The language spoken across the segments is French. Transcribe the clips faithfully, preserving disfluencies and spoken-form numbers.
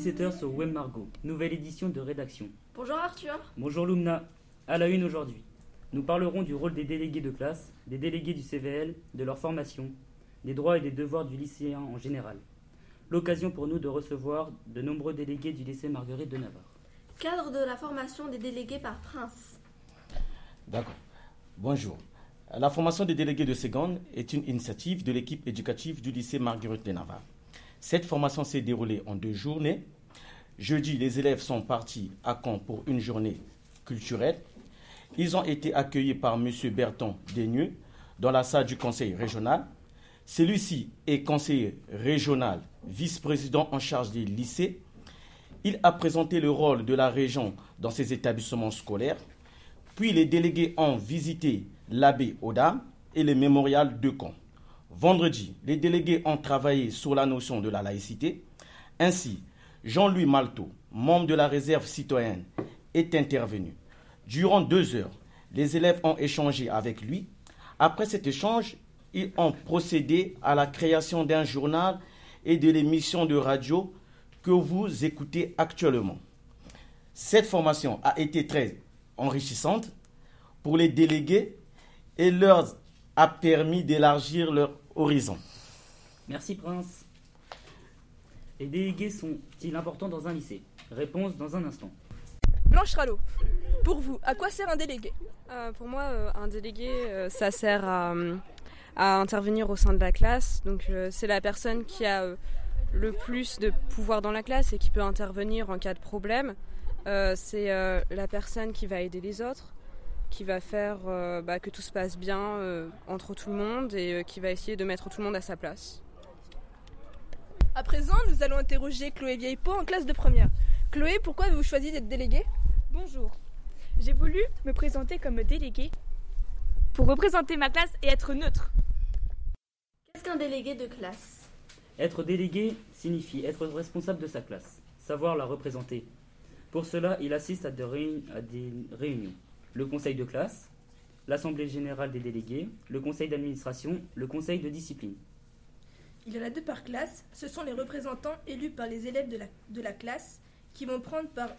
dix-sept heures sur Web Margot, nouvelle édition de rédaction. Bonjour Arthur. Bonjour Lumna. À la une aujourd'hui, nous parlerons du rôle des délégués de classe, des délégués du C V L, de leur formation, des droits et des devoirs du lycéen en général. L'occasion pour nous de recevoir de nombreux délégués du lycée Marguerite de Navarre. Cadre de la formation des délégués par Prince. D'accord. Bonjour. La formation des délégués de seconde est une initiative de l'équipe éducative du lycée Marguerite de Navarre. Cette formation s'est déroulée en deux journées. Jeudi, les élèves sont partis à Caen pour une journée culturelle. Ils ont été accueillis par M. Berton Daigneux dans la salle du conseil régional. Celui-ci est conseiller régional, vice-président en charge des lycées. Il a présenté le rôle de la région dans ses établissements scolaires. Puis les délégués ont visité l'abbé aux Dames et le mémorial de Caen. Vendredi, les délégués ont travaillé sur la notion de la laïcité. Ainsi, Jean-Louis Malto, membre de la réserve citoyenne, est intervenu. Durant deux heures, les élèves ont échangé avec lui. Après cet échange, ils ont procédé à la création d'un journal et de l'émission de radio que vous écoutez actuellement. Cette formation a été très enrichissante pour les délégués et leur a permis d'élargir leur horizon. Merci Prince. Les délégués sont-ils importants dans un lycée? Réponse dans un instant. Blanche Rallo, pour vous, à quoi sert un délégué? euh, Pour moi, euh, un délégué, euh, ça sert à, à intervenir au sein de la classe. Donc euh, c'est la personne qui a euh, le plus de pouvoir dans la classe et qui peut intervenir en cas de problème. Euh, c'est euh, la personne qui va aider les autres, qui va faire euh, bah, que tout se passe bien euh, entre tout le monde et euh, qui va essayer de mettre tout le monde à sa place. À présent, nous allons interroger Chloé Vieillepeau en classe de première. Chloé, pourquoi avez-vous choisi d'être déléguée? Bonjour. J'ai voulu me présenter comme déléguée pour représenter ma classe et être neutre. Qu'est-ce qu'un délégué de classe? Être délégué signifie être responsable de sa classe, savoir la représenter. Pour cela, il assiste à des, réun- à des réunions. Le conseil de classe, l'assemblée générale des délégués, le conseil d'administration, le conseil de discipline. Il y en a deux par classe. Ce sont les représentants élus par les élèves de la, de la classe qui vont, prendre part,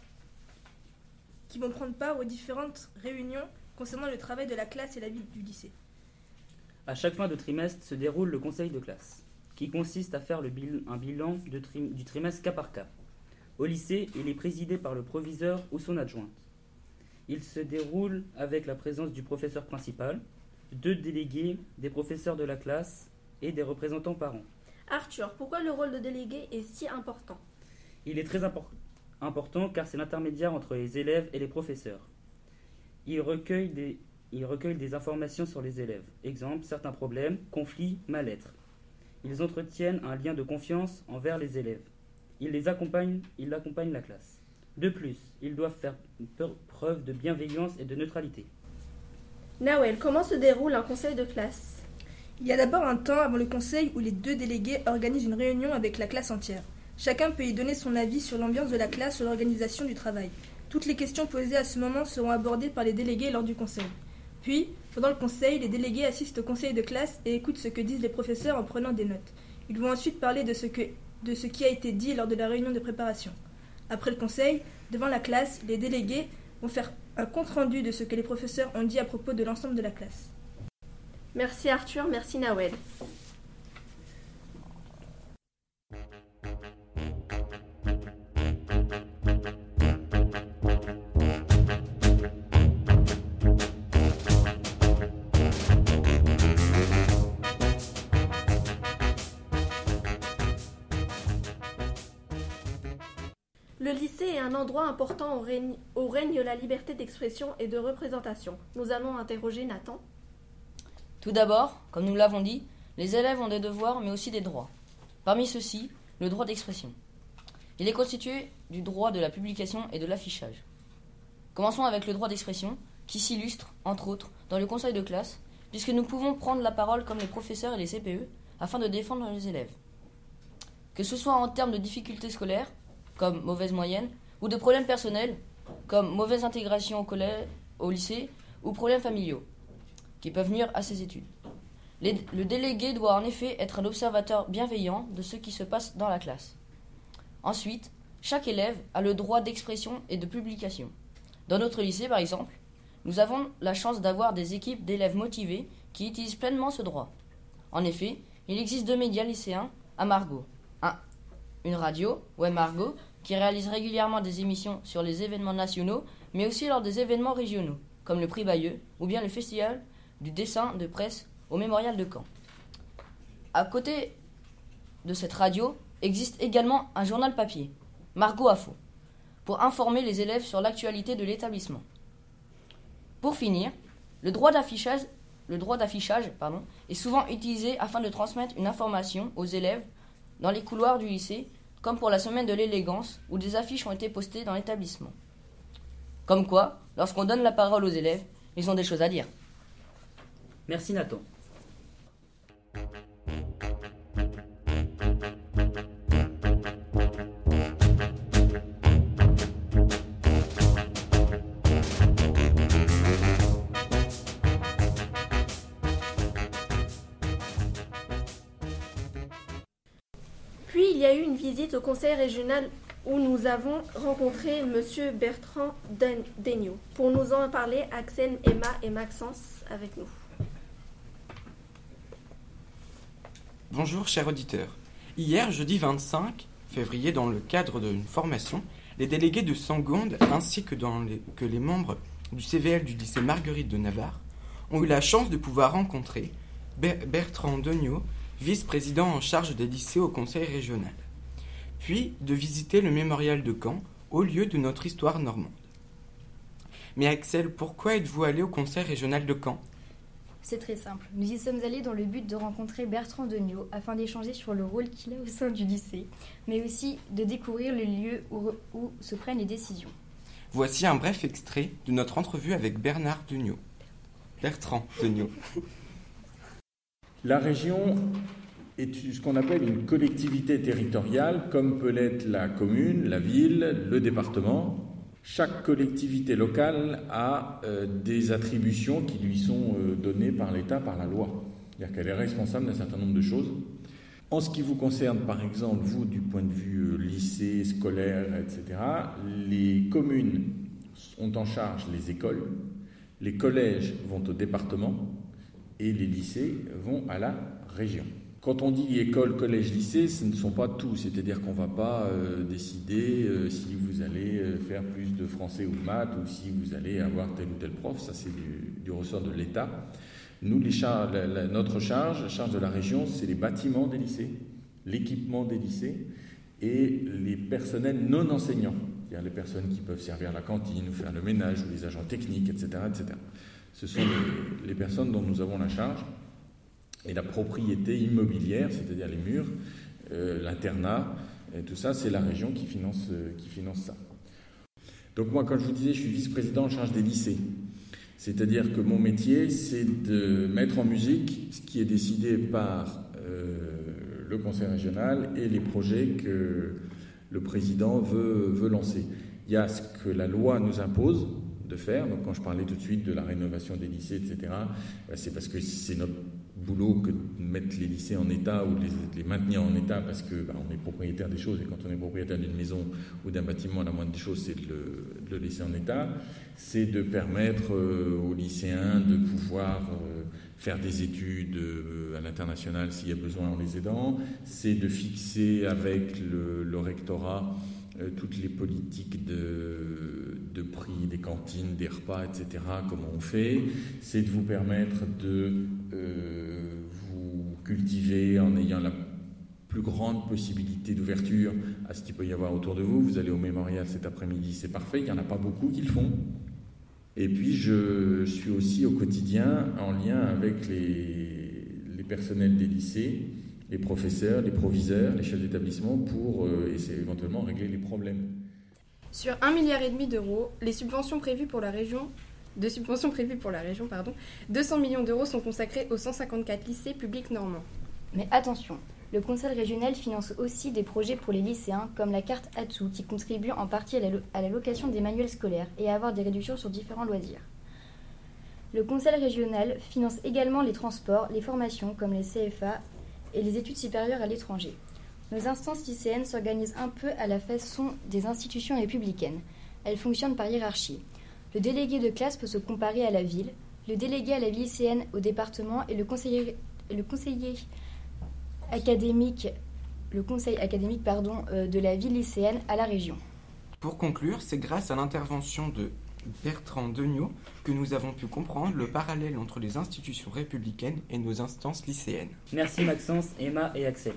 qui vont prendre part aux différentes réunions concernant le travail de la classe et la vie du lycée. À chaque fin de trimestre se déroule le conseil de classe, qui consiste à faire le bil- un bilan de tri- du trimestre cas par cas. Au lycée, il est présidé par le proviseur ou son adjointe. Il se déroule avec la présence du professeur principal, deux délégués, des professeurs de la classe et des représentants parents. Arthur, pourquoi le rôle de délégué est si important? Il est très impor- important car c'est l'intermédiaire entre les élèves et les professeurs. Il recueille des, il recueille des informations sur les élèves. Exemple, certains problèmes, conflits, mal-être. Ils entretiennent un lien de confiance envers les élèves. Il les accompagne, il accompagne la classe. De plus, ils doivent faire preuve de bienveillance et de neutralité. Nawel, comment se déroule un conseil de classe? Il y a d'abord un temps avant le conseil où les deux délégués organisent une réunion avec la classe entière. Chacun peut y donner son avis sur l'ambiance de la classe, sur l'organisation du travail. Toutes les questions posées à ce moment seront abordées par les délégués lors du conseil. Puis, pendant le conseil, les délégués assistent au conseil de classe et écoutent ce que disent les professeurs en prenant des notes. Ils vont ensuite parler de ce, que, de ce qui a été dit lors de la réunion de préparation. Après le conseil, devant la classe, les délégués vont faire un compte-rendu de ce que les professeurs ont dit à propos de l'ensemble de la classe. Merci Arthur, merci Nawel. Le lycée est un endroit important où règne, où règne la liberté d'expression et de représentation. Nous allons interroger Nathan. Tout d'abord, comme nous l'avons dit, les élèves ont des devoirs mais aussi des droits. Parmi ceux-ci, le droit d'expression. Il est constitué du droit de la publication et de l'affichage. Commençons avec le droit d'expression, qui s'illustre, entre autres, dans le conseil de classe, puisque nous pouvons prendre la parole comme les professeurs et les C P E afin de défendre les élèves. Que ce soit en termes de difficultés scolaires, comme mauvaise moyenne, ou de problèmes personnels, comme mauvaise intégration au collège, au lycée, ou problèmes familiaux, qui peuvent nuire à ses études. Les, le délégué doit en effet être un observateur bienveillant de ce qui se passe dans la classe. Ensuite, Chaque élève a le droit d'expression et de publication. Dans notre lycée, par exemple, nous avons la chance d'avoir des équipes d'élèves motivés qui utilisent pleinement ce droit. En effet, il existe deux médias lycéens à Margaux. Un, une radio, Web Margaux, qui réalise régulièrement des émissions sur les événements nationaux, mais aussi lors des événements régionaux, comme le Prix Bayeux ou bien le Festival du dessin de presse au Mémorial de Caen. À côté de cette radio, existe également un journal papier, Margaux Info, pour informer les élèves sur l'actualité de l'établissement. Pour finir, le droit d'affichage, le droit d'affichage pardon, est souvent utilisé afin de transmettre une information aux élèves dans les couloirs du lycée, comme pour la semaine de l'élégance, où des affiches ont été postées dans l'établissement. Comme quoi, lorsqu'on donne la parole aux élèves, ils ont des choses à dire. Merci Nathan. Puis il y a eu une visite au conseil régional où nous avons rencontré Monsieur Bertrand Degnaud. Pour nous en parler, Axel, Emma et Maxence avec nous. Bonjour chers auditeurs. Hier, jeudi vingt-cinq février, dans le cadre d'une formation, les délégués de Sangonde ainsi que, dans les, que les membres du C V L du lycée Marguerite de Navarre ont eu la chance de pouvoir rencontrer Ber- Bertrand Degnaud, vice-président en charge des lycées au conseil régional, puis de visiter le mémorial de Caen, au lieu de notre histoire normande. Mais Axel, pourquoi êtes-vous allé au conseil régional de Caen ? C'est très simple. Nous y sommes allés dans le but de rencontrer Bertrand Degnaud afin d'échanger sur le rôle qu'il a au sein du lycée, mais aussi de découvrir le lieu où, où se prennent les décisions. Voici un bref extrait de notre entrevue avec Bernard Degnaud. Bertrand Degnaud. La région est ce qu'on appelle une collectivité territoriale, comme peut l'être la commune, la ville, le département. Chaque collectivité locale a euh, des attributions qui lui sont euh, données par l'État, par la loi. C'est-à-dire qu'elle est responsable d'un certain nombre de choses. En ce qui vous concerne, par exemple, vous, du point de vue euh, lycée, scolaire, et cetera, les communes ont en charge les écoles, les collèges vont au département et les lycées vont à la région. Quand on dit école, collège, lycée, ce ne sont pas tous. C'est-à-dire qu'on ne va pas euh, décider euh, si vous allez euh, faire plus de français ou de maths ou si vous allez avoir tel ou tel prof. Ça, c'est du, du ressort de l'État. Nous, les char- la, la, notre charge, la charge de la région, c'est les bâtiments des lycées, l'équipement des lycées et les personnels non enseignants. C'est-à-dire les personnes qui peuvent servir la cantine ou faire le ménage ou les agents techniques, et cetera, et cetera. Ce sont les, les personnes dont nous avons la charge. Et la propriété immobilière, c'est-à-dire les murs, euh, l'internat, et tout ça, c'est la région qui finance, euh, qui finance ça. Donc moi, quand je vous disais, je suis vice-président en charge des lycées. C'est-à-dire que mon métier, c'est de mettre en musique ce qui est décidé par euh, le conseil régional et les projets que le président veut, veut lancer. Il y a ce que la loi nous impose de faire. Donc quand je parlais tout de suite de la rénovation des lycées, et cetera, ben c'est parce que c'est notre boulot que de mettre les lycées en état ou de les, les maintenir en état parce que ben, on est propriétaire des choses et quand on est propriétaire d'une maison ou d'un bâtiment, la moindre des choses, c'est de le, de le laisser en état. C'est de permettre euh, aux lycéens de pouvoir euh, faire des études euh, à l'international s'il y a besoin en les aidant. C'est de fixer avec le, le rectorat euh, toutes les politiques de, de prix, des cantines, des repas, et cetera, comment on fait. C'est de vous permettre de euh, vous cultiver en ayant la plus grande possibilité d'ouverture à ce qu'il peut y avoir autour de vous. Vous allez au mémorial cet après-midi, c'est parfait, il n'y en a pas beaucoup qui le font. Et puis je suis aussi au quotidien en lien avec les, les personnels des lycées, les professeurs, les proviseurs, les chefs d'établissement pour euh, essayer éventuellement régler les problèmes. Sur un milliard et demi d'euros, les subventions prévues pour la région, de subventions prévues pour la région, pardon, deux cents millions d'euros sont consacrés aux cent cinquante-quatre lycées publics normands. Mais attention, le conseil régional finance aussi des projets pour les lycéens, comme la carte Atsu, qui contribue en partie à la, lo- à la location des manuels scolaires et à avoir des réductions sur différents loisirs. Le conseil régional finance également les transports, les formations, comme les C F A et les études supérieures à l'étranger. Nos instances lycéennes s'organisent un peu à la façon des institutions républicaines. Elles fonctionnent par hiérarchie. Le délégué de classe peut se comparer à la ville, le délégué à la vie lycéenne au département et le conseiller, le conseiller académique, le conseil académique pardon, euh, de la ville lycéenne à la région. Pour conclure, c'est grâce à l'intervention de Bertrand Degnaud que nous avons pu comprendre le parallèle entre les institutions républicaines et nos instances lycéennes. Merci Maxence, Emma et Axel.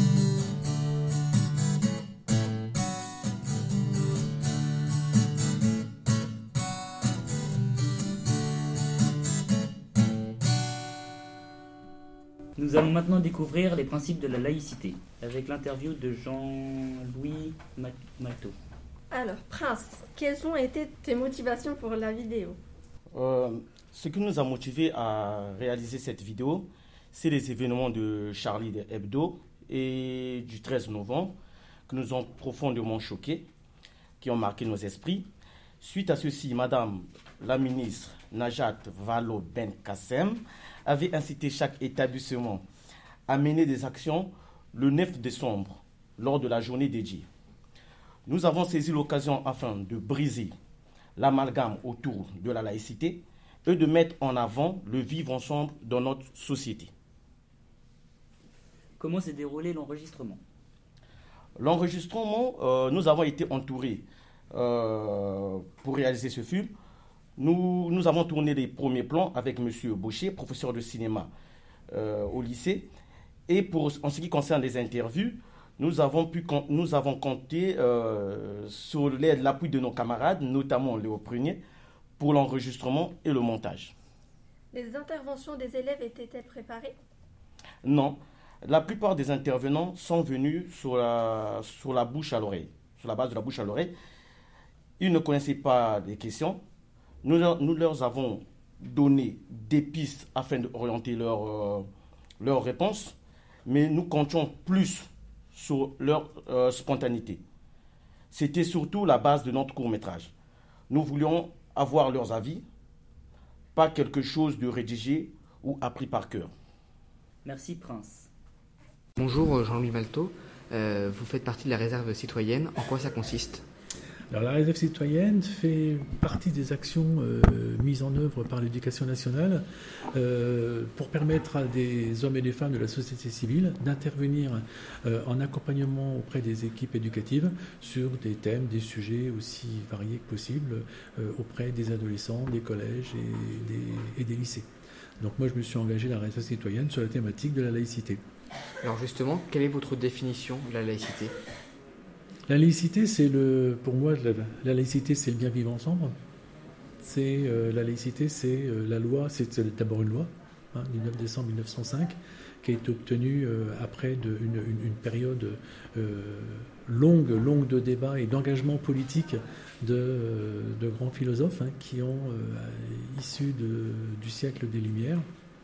Nous allons maintenant découvrir les principes de la laïcité avec l'interview de Jean-Louis Malto. Alors, Prince, quelles ont été tes motivations pour la vidéo ? euh, Ce qui nous a motivés à réaliser cette vidéo, c'est les événements de Charlie Hebdo et du treize novembre qui nous ont profondément choqués, qui ont marqué nos esprits. Suite à ceci, Madame la ministre Najat Vallaud-Belkacem avait incité chaque établissement à mener des actions le neuf décembre lors de la journée dédiée. Nous avons saisi l'occasion afin de briser l'amalgame autour de la laïcité et de mettre en avant le vivre ensemble dans notre société. Comment s'est déroulé l'enregistrement ? L'enregistrement, euh, nous avons été entourés euh, pour réaliser ce film. Nous, nous avons tourné les premiers plans avec M. Boucher, professeur de cinéma euh, au lycée. Et pour, en ce qui concerne les interviews, nous avons, pu, nous avons compté euh, sur l'appui de nos camarades, notamment Léo Prunier, pour l'enregistrement et le montage. Les interventions des élèves étaient-elles préparées ? Non. La plupart des intervenants sont venus sur la, sur la bouche à l'oreille, sur la base de la bouche à l'oreille. Ils ne connaissaient pas les questions. Nous, nous leur avons donné des pistes afin d'orienter leur, euh, leurs réponses, mais nous comptions plus sur leur euh, spontanéité. C'était surtout la base de notre court-métrage. Nous voulions avoir leurs avis, pas quelque chose de rédigé ou appris par cœur. Merci Prince. Bonjour Jean-Louis Malto, euh, vous faites partie de la réserve citoyenne. En quoi ça consiste ? Alors, la réserve citoyenne fait partie des actions euh, mises en œuvre par l'Éducation nationale euh, pour permettre à des hommes et des femmes de la société civile d'intervenir euh, en accompagnement auprès des équipes éducatives sur des thèmes, des sujets aussi variés que possible euh, auprès des adolescents, des collèges et des, et des lycées. Donc moi, je me suis engagé dans la réserve citoyenne sur la thématique de la laïcité. Alors justement, quelle est votre définition de la laïcité ? La laïcité, c'est le, pour moi, la, la laïcité, c'est le bien vivre ensemble. C'est euh, la laïcité, c'est euh, la loi, c'est, c'est d'abord une loi hein, du neuf décembre mille neuf cent cinq qui a été obtenue euh, après de, une, une, une période euh, longue, longue de débats et d'engagement politique de, euh, de grands philosophes hein, qui ont euh, issus de, du siècle des Lumières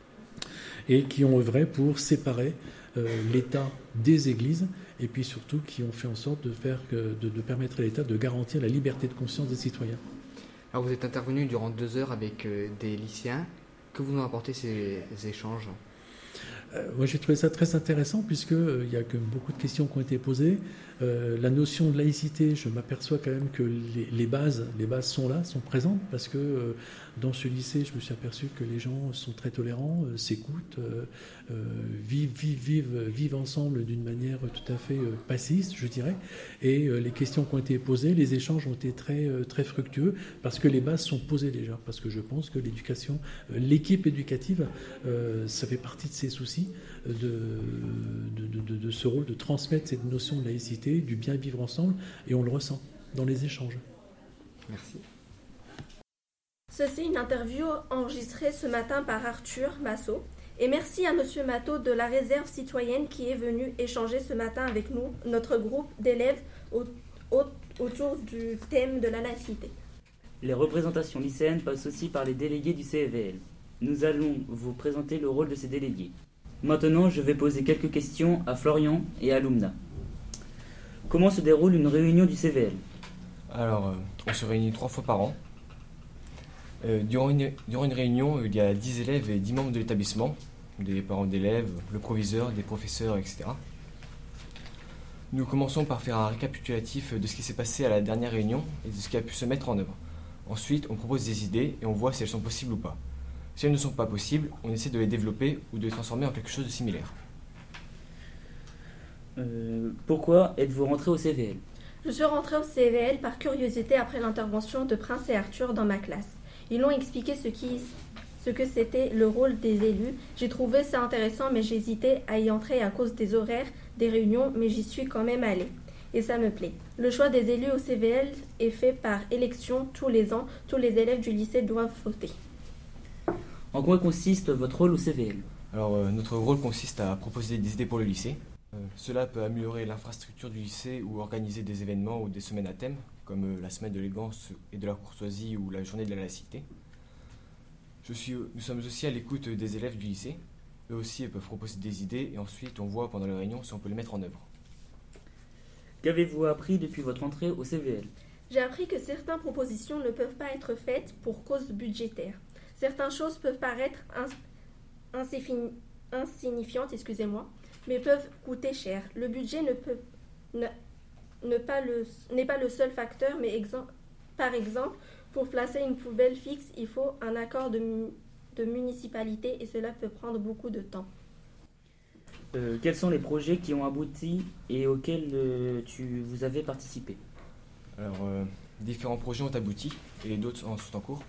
et qui ont œuvré pour séparer euh, l'État des églises et puis surtout qui ont fait en sorte de, faire, de, de permettre à l'État de garantir la liberté de conscience des citoyens. Alors vous êtes intervenu durant deux heures avec euh, des lycéens. Que vous nous apportez ces échanges ? Euh, moi, j'ai trouvé ça très intéressant puisque euh, il y a que beaucoup de questions qui ont été posées. Euh, la notion de laïcité, je m'aperçois quand même que les, les bases, les bases sont là, sont présentes parce que euh, dans ce lycée, je me suis aperçu que les gens sont très tolérants, euh, s'écoutent, euh, euh, vivent, vivent, vivent, vivent ensemble d'une manière tout à fait euh, pacifiste, je dirais. Et euh, les questions qui ont été posées, les échanges ont été très, euh, très fructueux parce que les bases sont posées déjà. Parce que je pense que l'éducation, euh, l'équipe éducative, euh, ça fait partie de ses soucis. De, de, de, de ce rôle de transmettre cette notion de laïcité, du bien vivre ensemble, et on le ressent dans les échanges. Merci. Ceci est une interview enregistrée ce matin par Arthur Massot. Et merci à Monsieur Matot de la réserve citoyenne qui est venu échanger ce matin avec nous, notre groupe d'élèves, au, au, autour du thème de la laïcité. Les représentations lycéennes passent aussi par les délégués du C V L. Nous allons vous présenter le rôle de ces délégués. Maintenant, je vais poser quelques questions à Florian et à Lumna. Comment se déroule une réunion du C V L ? Alors, euh, on se réunit trois fois par an. Euh, durant, une, durant une réunion, il y a dix élèves et dix membres de l'établissement, des parents d'élèves, le proviseur, des professeurs, et cetera. Nous commençons par faire un récapitulatif de ce qui s'est passé à la dernière réunion et de ce qui a pu se mettre en œuvre. Ensuite, on propose des idées et on voit si elles sont possibles ou pas. Si elles ne sont pas possibles, on essaie de les développer ou de les transformer en quelque chose de similaire. Euh, pourquoi êtes-vous rentré au C V L? Je suis rentrée au C V L par curiosité après l'intervention de Prince et Arthur dans ma classe. Ils m'ont expliqué ce, qui, ce que c'était le rôle des élus. J'ai trouvé ça intéressant, mais j'hésitais à y entrer à cause des horaires des réunions, mais j'y suis quand même allée. Et ça me plaît. Le choix des élus au C V L est fait par élection tous les ans. Tous les élèves du lycée doivent voter. En quoi consiste votre rôle au C V L? Alors, euh, notre rôle consiste à proposer des idées pour le lycée. Euh, cela peut améliorer l'infrastructure du lycée ou organiser des événements ou des semaines à thème, comme euh, la semaine de l'élégance et de la courtoisie ou la journée de la laïcité. Je suis, nous sommes aussi à l'écoute des élèves du lycée. Eux aussi peuvent proposer des idées et ensuite on voit pendant les réunions si on peut les mettre en œuvre. Qu'avez-vous appris depuis votre entrée au C V L? J'ai appris que certaines propositions ne peuvent pas être faites pour cause budgétaire. Certaines choses peuvent paraître ins- insigni- insignifiantes, excusez-moi, mais peuvent coûter cher. Le budget ne peut, ne, ne pas le, n'est pas le seul facteur, mais exem- par exemple, pour placer une poubelle fixe, il faut un accord de, mu- de municipalité et cela peut prendre beaucoup de temps. Euh, quels sont les projets qui ont abouti et auxquels euh, tu, vous avez participé? Alors, euh, différents projets ont abouti et d'autres en sont en cours.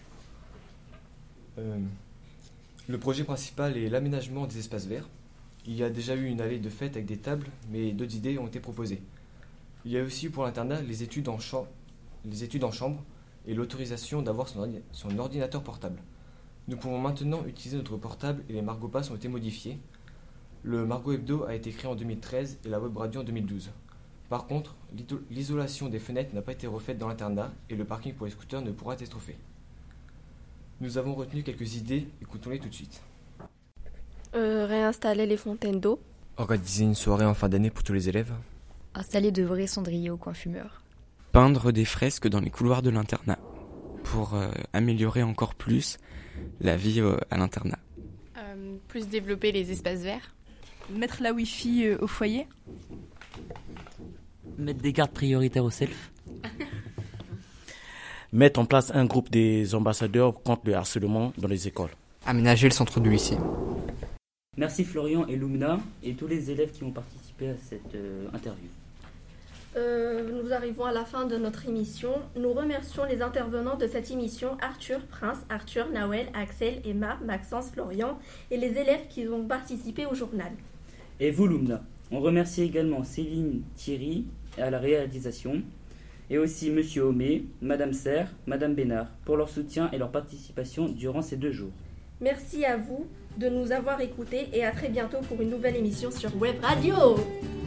Euh, le projet principal est l'aménagement des espaces verts. Il y a déjà eu une allée de fête avec des tables, mais d'autres idées ont été proposées. Il y a aussi pour l'internat les études en, cham- les études en chambre et l'autorisation d'avoir son, ordi- son ordinateur portable. Nous pouvons maintenant utiliser notre portable et les Margot Pass ont été modifiés. Le Margot Hebdo a été créé en deux mille treize et la Web Radio en deux mille douze. Par contre, l'isolation des fenêtres n'a pas été refaite dans l'internat et le parking pour les scooters ne pourra être fait. Nous avons retenu quelques idées, écoutons-les tout de suite. Euh, réinstaller les fontaines d'eau. Organiser une soirée en fin d'année pour tous les élèves. Installer de vrais cendriers au coin fumeur. Peindre des fresques dans les couloirs de l'internat pour euh, améliorer encore plus la vie euh, à l'internat. Euh, plus développer les espaces verts. Mettre la Wi-Fi euh, au foyer. Mettre des gardes prioritaires au self. Mettre en place un groupe des ambassadeurs contre le harcèlement dans les écoles. Aménager le centre du lycée. Merci Florian et Lumna et tous les élèves qui ont participé à cette euh, interview. Euh, nous arrivons à la fin de notre émission. Nous remercions les intervenants de cette émission, Arthur, Prince, Arthur, Nawel, Axel, Emma, Maxence, Florian et les élèves qui ont participé au journal. Et vous Lumna. On remercie également Céline Thierry à la réalisation et aussi Monsieur Homé, Madame Serre, Madame Bénard pour leur soutien et leur participation durant ces deux jours. Merci à vous de nous avoir écoutés et à très bientôt pour une nouvelle émission sur Web Radio.